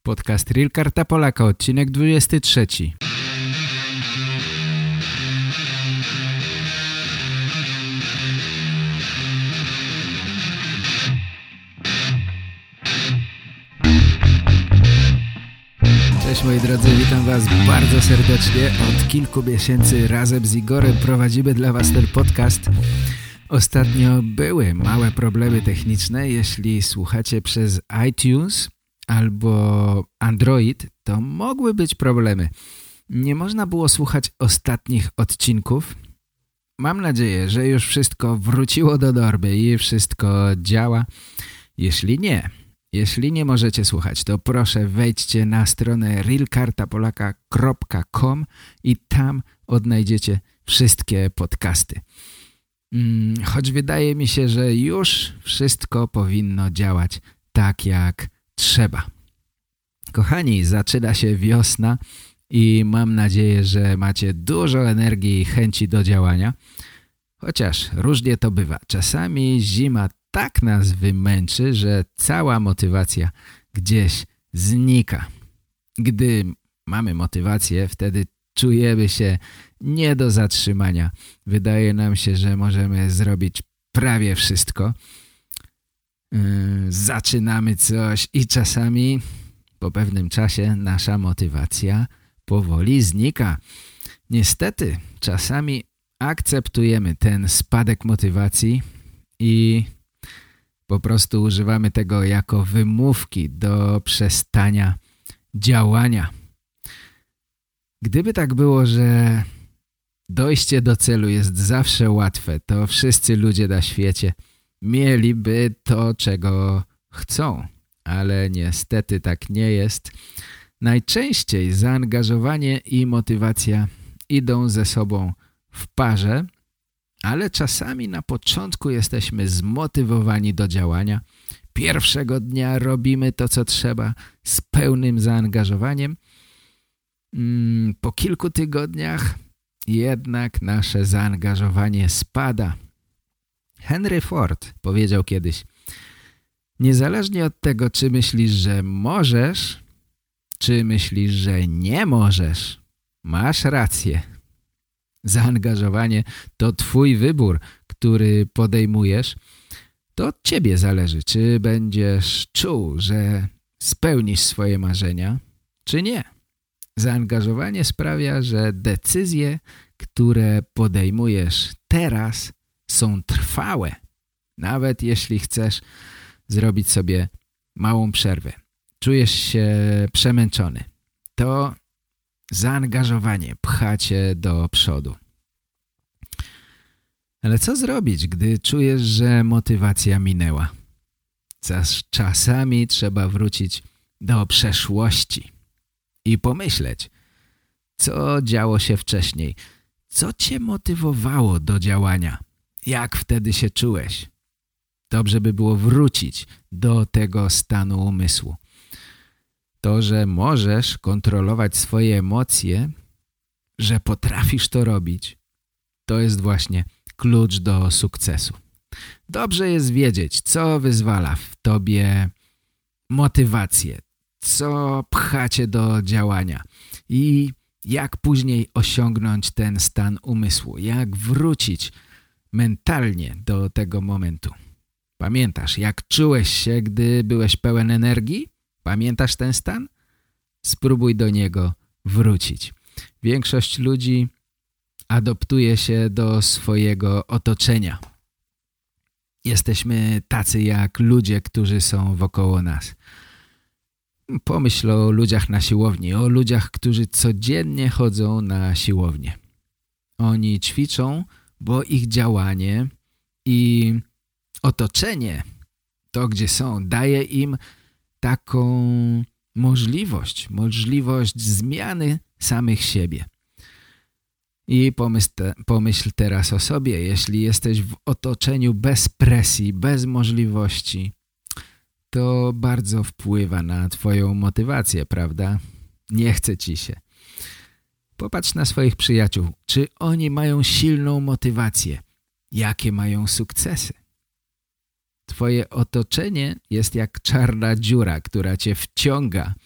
Podcast Real Karta Polaka, odcinek 23. Cześć moi drodzy, witam was bardzo serdecznie. Od kilku miesięcy razem z Igorem prowadzimy dla was ten podcast. Ostatnio były małe problemy techniczne. Jeśli słuchacie przez iTunes albo Android, to mogły być problemy. Nie można było słuchać ostatnich odcinków. Mam nadzieję, że już wszystko wróciło do normy i wszystko działa. Jeśli nie możecie słuchać, to proszę wejdźcie na stronę realkartapolaka.com i tam odnajdziecie wszystkie podcasty. Choć wydaje mi się, że już wszystko powinno działać tak jak trzeba. Kochani, zaczyna się wiosna i mam nadzieję, że macie dużo energii i chęci do działania. Chociaż różnie to bywa. Czasami zima tak nas wymęczy, że cała motywacja gdzieś znika. Gdy mamy motywację, wtedy czujemy się nie do zatrzymania. Wydaje nam się, że możemy zrobić prawie wszystko. Zaczynamy coś i czasami po pewnym czasie nasza motywacja powoli znika. Niestety, czasami akceptujemy ten spadek motywacji i po prostu używamy tego jako wymówki do przestania działania. Gdyby tak było, że dojście do celu jest zawsze łatwe, to wszyscy ludzie na świecie mieliby to, czego chcą. Ale niestety tak nie jest. Najczęściej zaangażowanie i motywacja idą ze sobą w parze, ale czasami na początku jesteśmy zmotywowani do działania. Pierwszego dnia robimy to, co trzeba, z pełnym zaangażowaniem. Po kilku tygodniach jednak nasze zaangażowanie spada. Henry Ford powiedział kiedyś: niezależnie od tego, czy myślisz, że możesz, czy myślisz, że nie możesz, masz rację. Zaangażowanie to twój wybór, który podejmujesz. To od ciebie zależy, czy będziesz czuł, że spełnisz swoje marzenia, czy nie. Zaangażowanie sprawia, że decyzje, które podejmujesz teraz, są trwałe. Nawet jeśli chcesz zrobić sobie małą przerwę, czujesz się przemęczony, to zaangażowanie pcha cię do przodu. Ale co zrobić, gdy czujesz, że motywacja minęła? Czasami trzeba wrócić do przeszłości i pomyśleć, co działo się wcześniej. Co cię motywowało do działania? Jak wtedy się czułeś? Dobrze by było wrócić do tego stanu umysłu. To, że możesz kontrolować swoje emocje, że potrafisz to robić, to jest właśnie klucz do sukcesu. Dobrze jest wiedzieć, co wyzwala w tobie motywację, co pcha cię do działania i jak później osiągnąć ten stan umysłu, jak wrócić mentalnie do tego momentu. Pamiętasz, jak czułeś się, gdy byłeś pełen energii? Pamiętasz ten stan? Spróbuj do niego wrócić. Większość ludzi adoptuje się do swojego otoczenia. Jesteśmy tacy jak ludzie, którzy są wokoło nas. Pomyśl o ludziach na siłowni, o ludziach, którzy codziennie chodzą na siłownię. Oni ćwiczą, bo ich działanie i otoczenie, to gdzie są, daje im taką możliwość zmiany samych siebie. I pomyśl teraz o sobie, jeśli jesteś w otoczeniu bez presji, bez możliwości, to bardzo wpływa na twoją motywację, prawda? Nie chce ci się. Popatrz na swoich przyjaciół. Czy oni mają silną motywację? Jakie mają sukcesy? Twoje otoczenie jest jak czarna dziura, która cię wciąga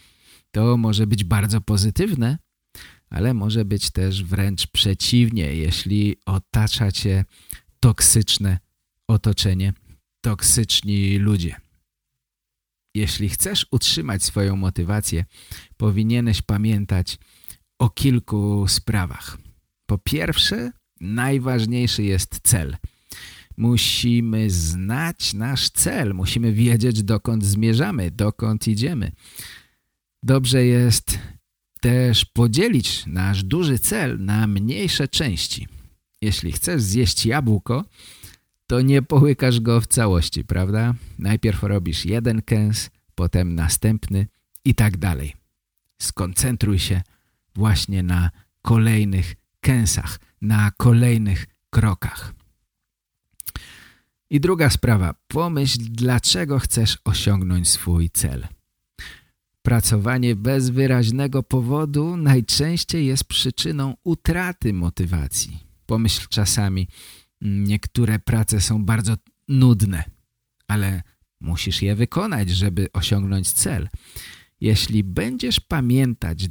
To może być bardzo pozytywne, ale może być też wręcz przeciwnie, jeśli otacza cię toksyczne otoczenie, toksyczni ludzie. Jeśli chcesz utrzymać swoją motywację, powinieneś pamiętać o kilku sprawach. Po pierwsze, najważniejszy jest cel. Musimy znać nasz cel, musimy wiedzieć, dokąd zmierzamy, dokąd idziemy. Dobrze jest też podzielić nasz duży cel na mniejsze części. Jeśli chcesz zjeść jabłko, to nie połykasz go w całości, prawda? Najpierw robisz jeden kęs, potem następny i tak dalej. Skoncentruj się właśnie na kolejnych kęsach, na kolejnych krokach. I druga sprawa. Pomyśl, dlaczego chcesz osiągnąć swój cel. Pracowanie bez wyraźnego powodu najczęściej jest przyczyną utraty motywacji. Pomyśl czasami, niektóre prace są bardzo nudne, ale musisz je wykonać, żeby osiągnąć cel. Jeśli będziesz pamiętać,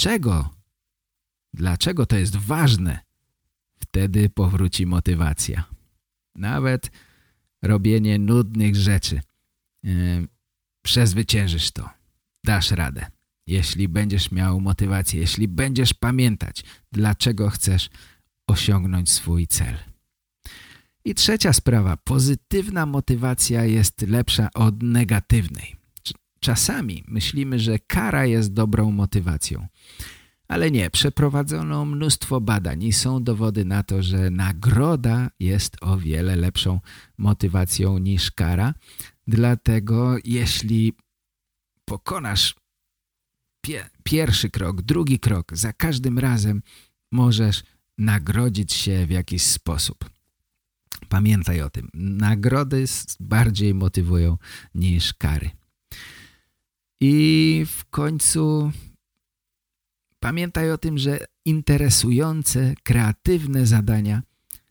dlaczego to jest ważne, wtedy powróci motywacja. Nawet robienie nudnych rzeczy. Przezwyciężysz to. Dasz radę. Jeśli będziesz miał motywację, jeśli będziesz pamiętać, dlaczego chcesz osiągnąć swój cel. I trzecia sprawa. Pozytywna motywacja jest lepsza od negatywnej. Czasami myślimy, że kara jest dobrą motywacją. Ale nie, przeprowadzono mnóstwo badań i są dowody na to, że nagroda jest o wiele lepszą motywacją niż kara. Dlatego jeśli pokonasz pierwszy krok, drugi krok, za każdym razem możesz nagrodzić się w jakiś sposób. Pamiętaj o tym. Nagrody bardziej motywują niż kary. I w końcu pamiętaj o tym, że interesujące, kreatywne zadania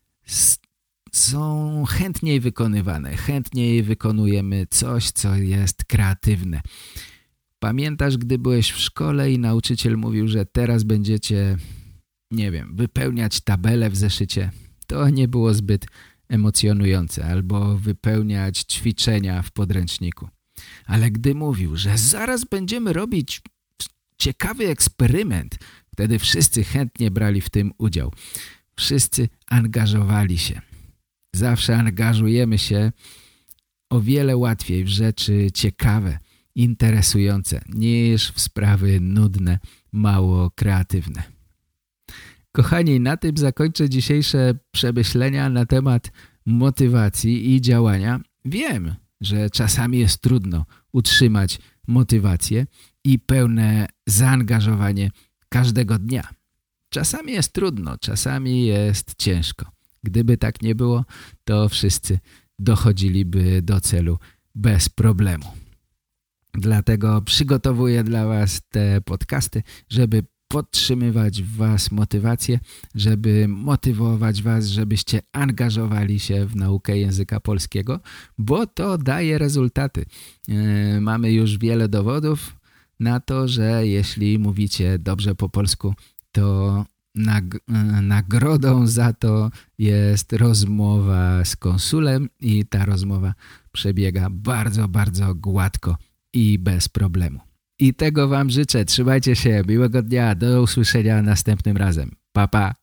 są chętniej wykonywane. Chętniej wykonujemy coś, co jest kreatywne. Pamiętasz, gdy byłeś w szkole i nauczyciel mówił, że teraz będziecie, nie wiem, wypełniać tabelę w zeszycie? To nie było zbyt emocjonujące. Albo wypełniać ćwiczenia w podręczniku. Ale gdy mówił, że zaraz będziemy robić ciekawy eksperyment, wtedy wszyscy chętnie brali w tym udział. Wszyscy angażowali się. Zawsze angażujemy się o wiele łatwiej w rzeczy ciekawe, interesujące, niż w sprawy nudne, mało kreatywne. Kochani, na tym zakończę dzisiejsze przemyślenia na temat motywacji i działania. Wiem, że czasami jest trudno utrzymać motywację i pełne zaangażowanie każdego dnia. Czasami jest trudno, czasami jest ciężko. Gdyby tak nie było, to wszyscy dochodziliby do celu bez problemu. Dlatego przygotowuję dla Was te podcasty, żeby podtrzymywać w Was motywację, żeby motywować Was, żebyście angażowali się w naukę języka polskiego, bo to daje rezultaty. Mamy już wiele dowodów na to, że jeśli mówicie dobrze po polsku, to nagrodą za to jest rozmowa z konsulem i ta rozmowa przebiega bardzo, bardzo gładko i bez problemu. I tego Wam życzę. Trzymajcie się. Miłego dnia. Do usłyszenia następnym razem. Pa, pa.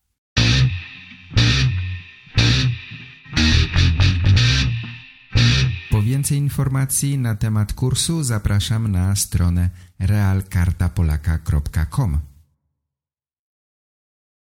Po więcej informacji na temat kursu zapraszam na stronę realkartapolaka.com.